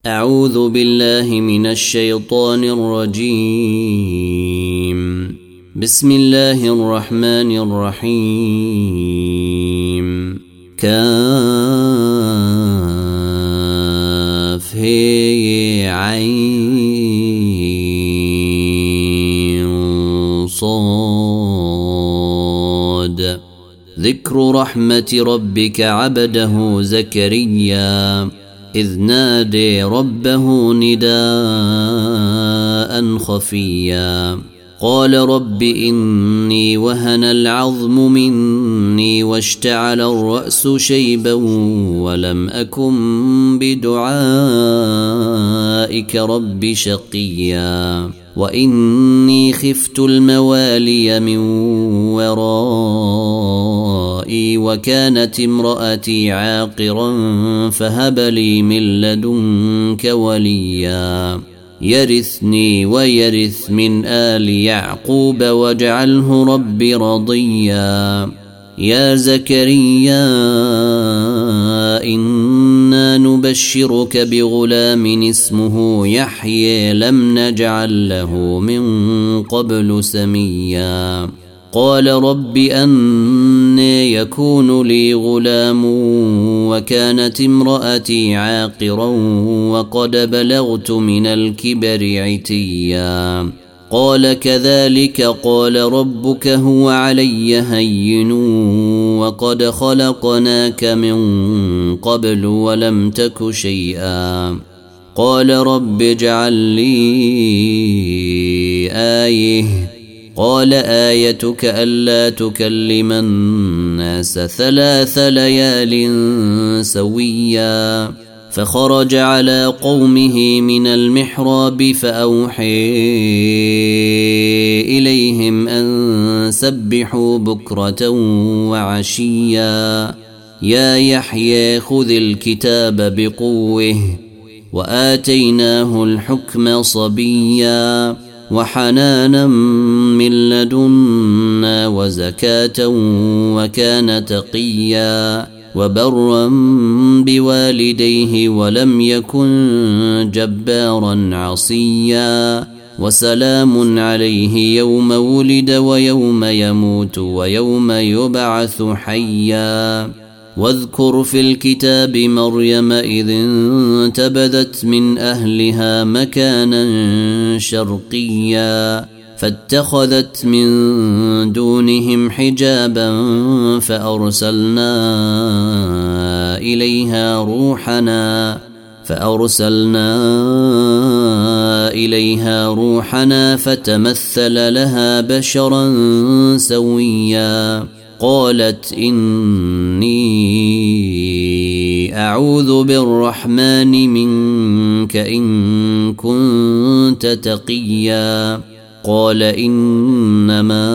أعوذ بالله من الشيطان الرجيم. بسم الله الرحمن الرحيم. كاف هي عين صاد. ذكر رحمة ربك عبده زكريا إذ نادي ربه نداء خفيا قال رب إني وهن العظم مني واشتعل الرأس شيبا ولم أكن بدعائك رب شقيا وإني خفت الموالي من ورائي وكانت امرأتي عاقرا فهب لي من لدنك وليا يرثني ويرث من آل يعقوب واجعله رب رضيا يا زكريا إنا نبشرك بغلام اسمه يحيى لم نجعل له من قبل سميا قال رب أنى يكون لي غلام وكانت امرأتي عاقرا وقد بلغت من الكبر عتيا قال كذلك قال ربك هو علي هين وقد خلقناك من قبل ولم تك شيئا قال رب اجعل لي آية قال آيتك ألا تكلم الناس 3 ليال سويا فخرج على قومه من المحراب فأوحي إليهم أن سبحوا بكرة وعشيا يا يحيى خذ الكتاب بقوه وآتيناه الحكم صبيا وحنانا من لدنا وزكاة وكان تقيا وبرا بوالديه ولم يكن جبارا عصيا وسلام عليه يوم ولد ويوم يموت ويوم يبعث حيا واذكر في الكتاب مريم إذ انتبذت من أهلها مكانا شرقيا فاتخذت من دونهم حجابا فأرسلنا إليها روحنا فتمثل لها بشرا سويا قالت إني أعوذ بالرحمن منك إن كنت تقيا قال إنما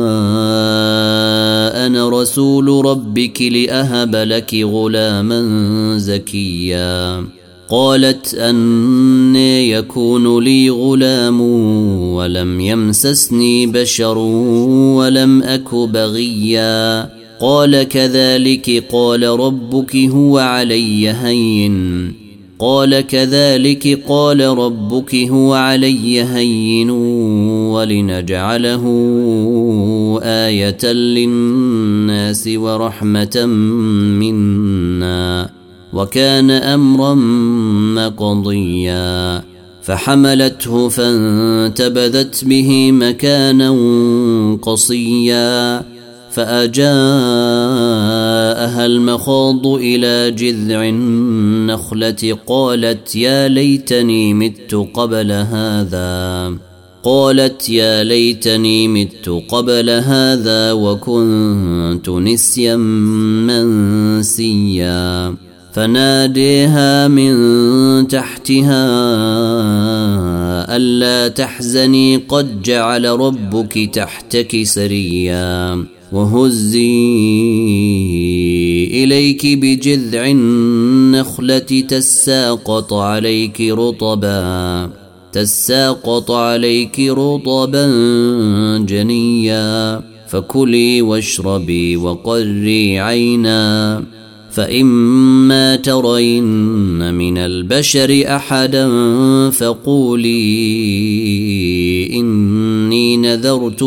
أنا رسول ربك لأهب لك غلاما زكيا قالت أنى يكون لي غلام ولم يمسسني بشر ولم أك بغيا قال كذلك قال ربك هو علي هين ولنجعله آية للناس ورحمة منا وكان أمرا مقضيا فحملته فانتبذت به مكانا قصيا فأجاءها المخاض إلى جذع النخلة قالت يا ليتني مت قبل هذا وكنت نسيا منسيا فناديها من تحتها ألا تحزني قد جعل ربك تحتك سريا وهزي إليك بجذع النخلة تساقط عليك رطبا جنيا فكلي واشربي وقري عينا فإما ترين من البشر أحدا فقولي إني نذرت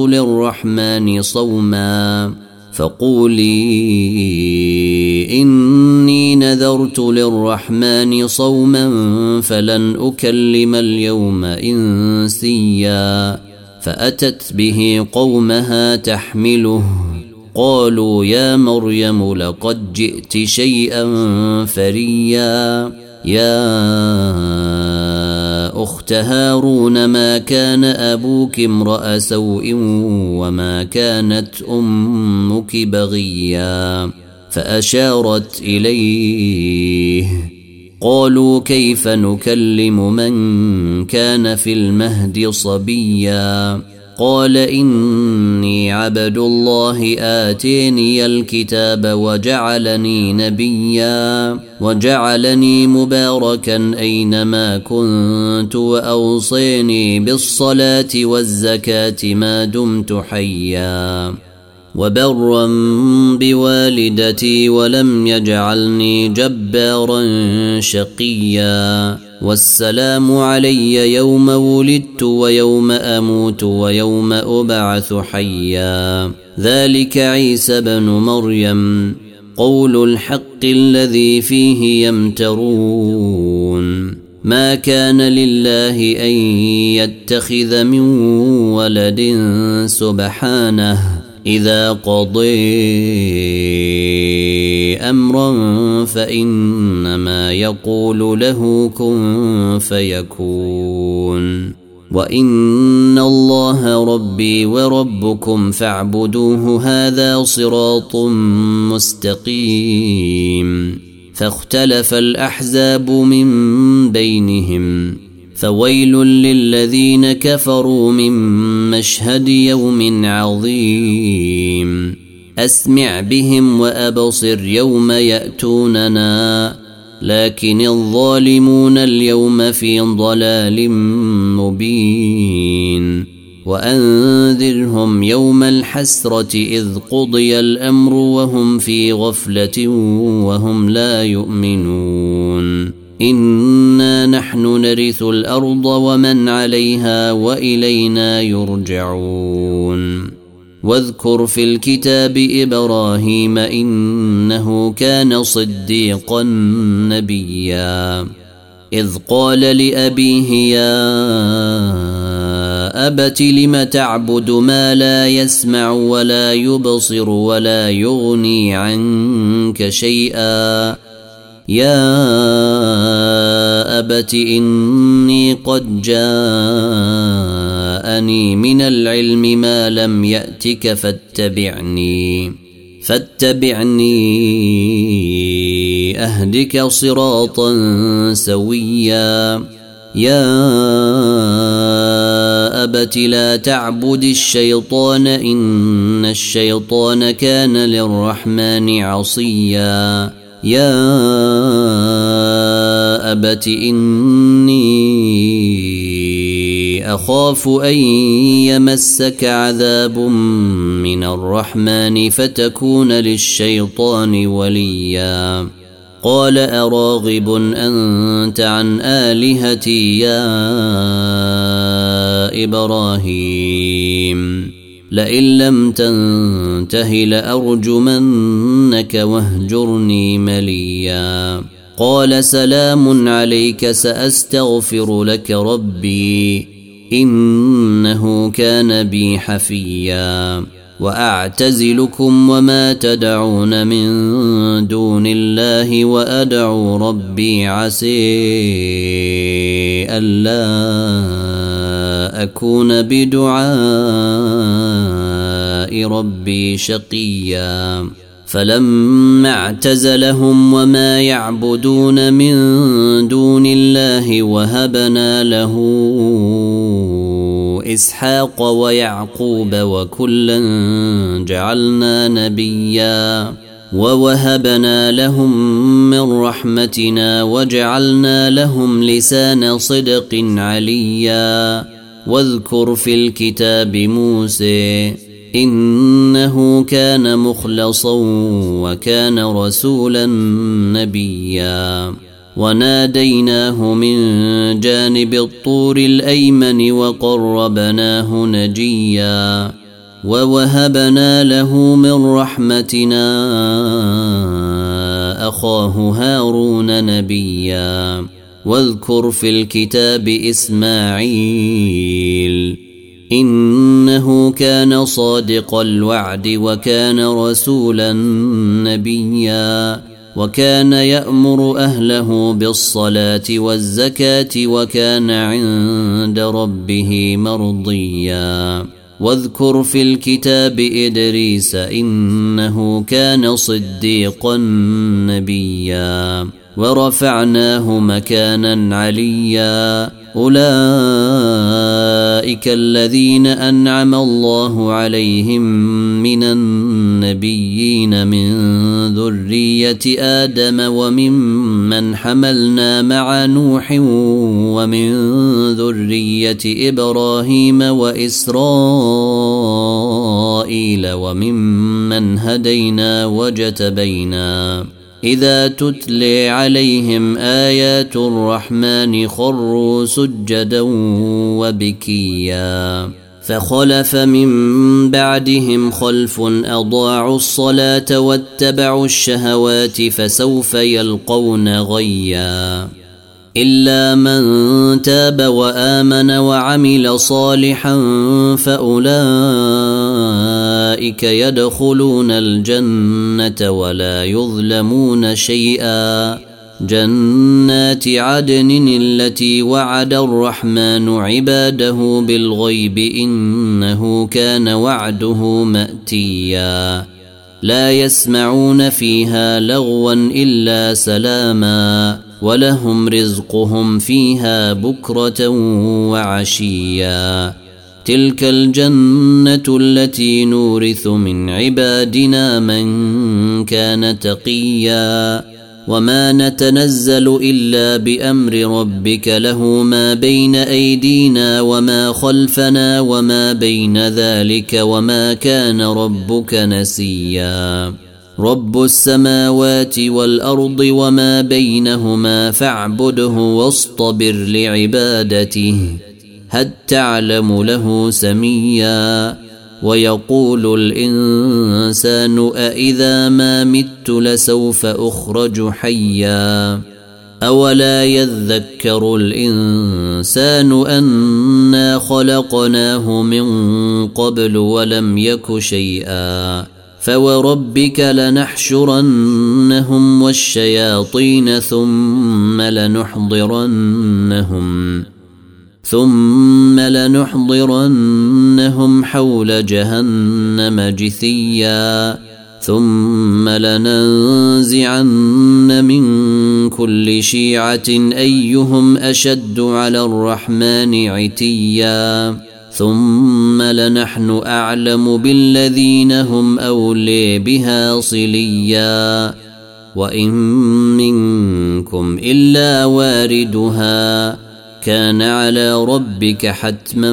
للرحمن صوما فلن أكلم اليوم إنسيا. فأتت به قومها تحمله قالوا يا مريم لقد جئت شيئا فريا. يا أخت هارون ما كان أبوك امرأ سوء وما كانت أمك بغيا. فأشارت إليه قالوا كيف نكلم من كان في المهد صبيا. قال إني عبد الله آتيني الكتاب وجعلني نبيا وجعلني مباركا أينما كنت وأوصيني بالصلاة والزكاة ما دمت حيا وبرا بوالدتي ولم يجعلني جبارا شقيا. والسلام علي يوم ولدت ويوم أموت ويوم أبعث حيا. ذلك عيسى بن مريم قول الحق الذي فيه يمترون. ما كان لله أن يتخذ من ولد سبحانه إذا قضي أمرا فإنما يقول له كن فيكون. وإن الله ربي وربكم فاعبدوه هذا صراط مستقيم. فاختلف الأحزاب من بينهم فويل للذين كفروا من مشهد يوم عظيم. أسمع بهم وأبصر يوم يأتوننا لكن الظالمون اليوم في ضلال مبين. وأنذرهم يوم الحسرة إذ قضي الأمر وهم في غفلة وهم لا يؤمنون. إنا نحن نرث الأرض ومن عليها وإلينا يرجعون. واذكر في الكتاب إبراهيم إنه كان صديقا نبيا. إذ قال لأبيه يا أبت لم تعبد ما لا يسمع ولا يبصر ولا يغني عنك شيئا. يا أبت إني قد جاءني من العلم ما لم يأتك فاتبعني أهدك صراطا سويا. يا أبت لا تعبد الشيطان إن الشيطان كان للرحمن عصيا. يا أبت إني أخاف أن يمسك عذاب من الرحمن فتكون للشيطان وليا. قال أراغب أنت عن آلهتي يا إبراهيم لئن لم تنته لأرجمنك واهجرني مليا. قال سلام عليك سأستغفر لك ربي إنه كان بي حفيا. وأعتزلكم وما تدعون من دون الله وأدعو ربي عسى ألا أكون بدعاء ربي شقيا. فلما اعتزلهم وما يعبدون من دون الله وهبنا له إسحاق ويعقوب وكلا جعلنا نبيا. ووهبنا لهم من رحمتنا وجعلنا لهم لسان صدق عليا. واذكر في الكتاب موسى إنه كان مخلصا وكان رسولا نبيا وناديناه من جانب الطور الأيمن وقربناه نجيا ووهبنا له من رحمتنا أخاه هارون نبيا واذكر في الكتاب إسماعيل إنه كان صادق الوعد وكان رسولا نبيا وكان يأمر أهله بالصلاة والزكاة وكان عند ربه مرضيا واذكر في الكتاب إدريس إنه كان صديقا نبيا ورفعناه مكانا عليا أولئك الذين أنعم الله عليهم من النبيين من ذرية آدم وممن حملنا مع نوح ومن ذرية إبراهيم وإسرائيل وممن هدينا وجتبينا إذا تتلي عليهم آيات الرحمن خروا سجدا وبكيا فخلف من بعدهم خلف أضاعوا الصلاة واتبعوا الشهوات فسوف يلقون غيا إلا من تاب وآمن وعمل صالحا فأولئك يدخلون الجنة ولا يظلمون شيئا جنات عدن التي وعد الرحمن عباده بالغيب إنه كان وعده مأتيا لا يسمعون فيها لغوا إلا سلاما ولهم رزقهم فيها بكرة وعشيا تلك الجنة التي نورث من عبادنا من كان تقيا وما نتنزل إلا بأمر ربك له ما بين أيدينا وما خلفنا وما بين ذلك وما كان ربك نسيا رب السماوات والأرض وما بينهما فاعبده واصطبر لعبادته هل تعلم له سميا ويقول الإنسان أإذا ما مت لسوف أخرج حيا أولا يذكر الإنسان أنا خلقناه من قبل ولم يك شيئا فوربك لنحشرنهم والشياطين ثم لنحضرنهم حول جهنم جثيا ثم لننزعن من كل شيعة أيهم أشد على الرحمن عتيا ثم لنحن أعلم بالذين هم أولي بها صليا وإن منكم إلا واردها كان على ربك حتما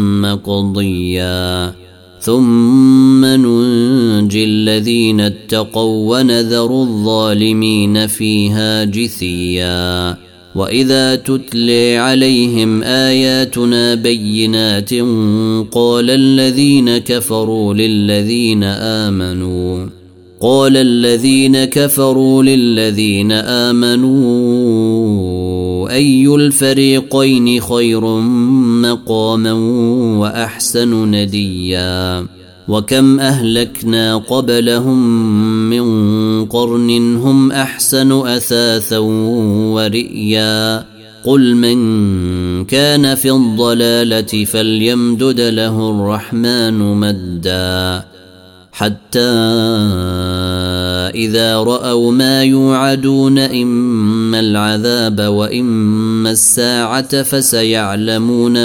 مقضيا ثم ننجي الذين اتقوا ونذر الظالمين فيها جثيا وإذا تتلي عليهم آياتنا بينات قال الذين كفروا للذين آمنوا أي الفريقين خير مقاما وأحسن نديا وكم أهلكنا قبلهم من قرن هم أحسن أثاثا ورئيا قل من كان في الضلالة فليمدد له الرحمن مدا حتى إذا رأوا ما يوعدون إما العذاب وإما الساعة فسيعلمون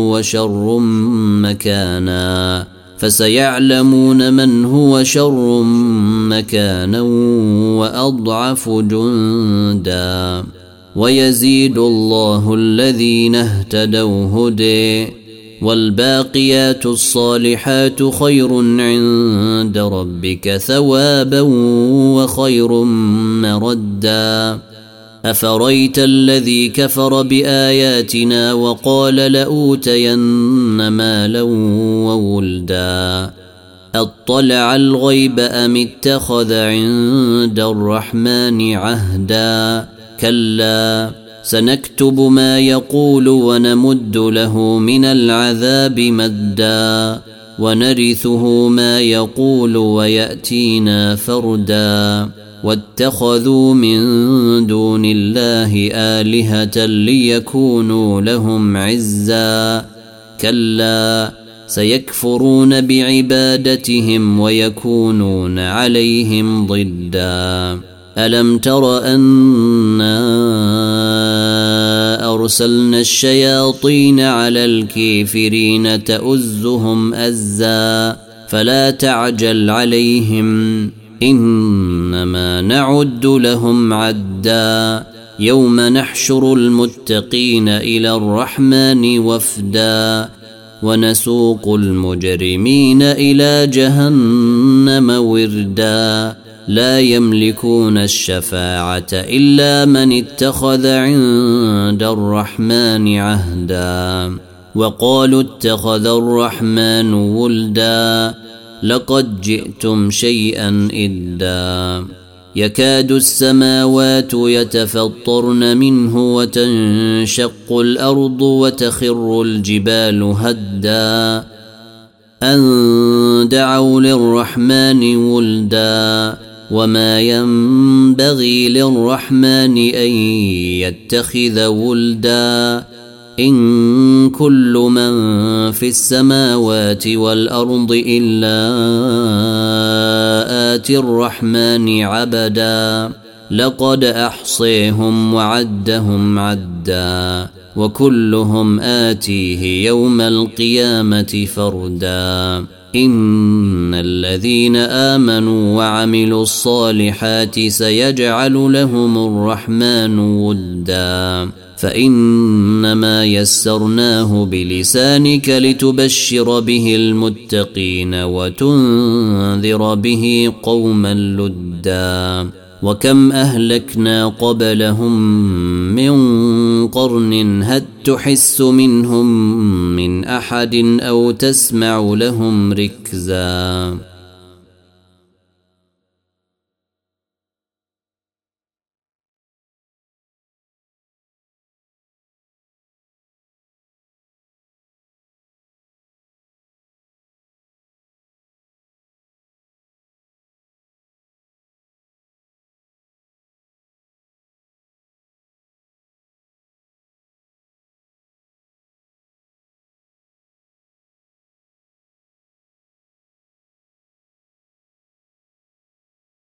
من هو شر مكانا وأضعف جندا ويزيد الله الذين اهتدوا هدي والباقيات الصالحات خير عند ربك ثوابا وخير مردا أفريت الذي كفر بآياتنا وقال لأوتين مالا وولدا أطلع الغيب أم اتخذ عند الرحمن عهدا كلا سنكتب ما يقول ونمد له من العذاب مدا ونرثه ما يقول ويأتينا فردا واتخذوا من دون الله آلهة ليكونوا لهم عزا كلا سيكفرون بعبادتهم ويكونون عليهم ضدا ألم تر أنا أرسلنا الشياطين على الكافرين تؤزهم أزا فلا تعجل عليهم إنما نعد لهم عدا يوم نحشر المتقين إلى الرحمن وفدا ونسوق المجرمين إلى جهنم وردا لا يملكون الشفاعة إلا من اتخذ عند الرحمن عهدا وقالوا اتخذ الرحمن ولدا لقد جئتم شيئا إدا يكاد السماوات يتفطرن منه وتنشق الأرض وتخر الجبال هدا أن دعوا للرحمن ولدا وما ينبغي للرحمن أن يتخذ ولدا إن كل من في السماوات والأرض إلا آتي الرحمن عبدا لقد أحصيهم وعدهم عدا وكلهم آتيه يوم القيامة فردا إن الذين آمنوا وعملوا الصالحات سيجعل لهم الرحمن ودا فإنما يسرناه بلسانك لتبشر به المتقين وتنذر به قوما لدا وكم أهلكنا قبلهم من قرن هل تحس منهم من أحد أو تسمع لهم ركزا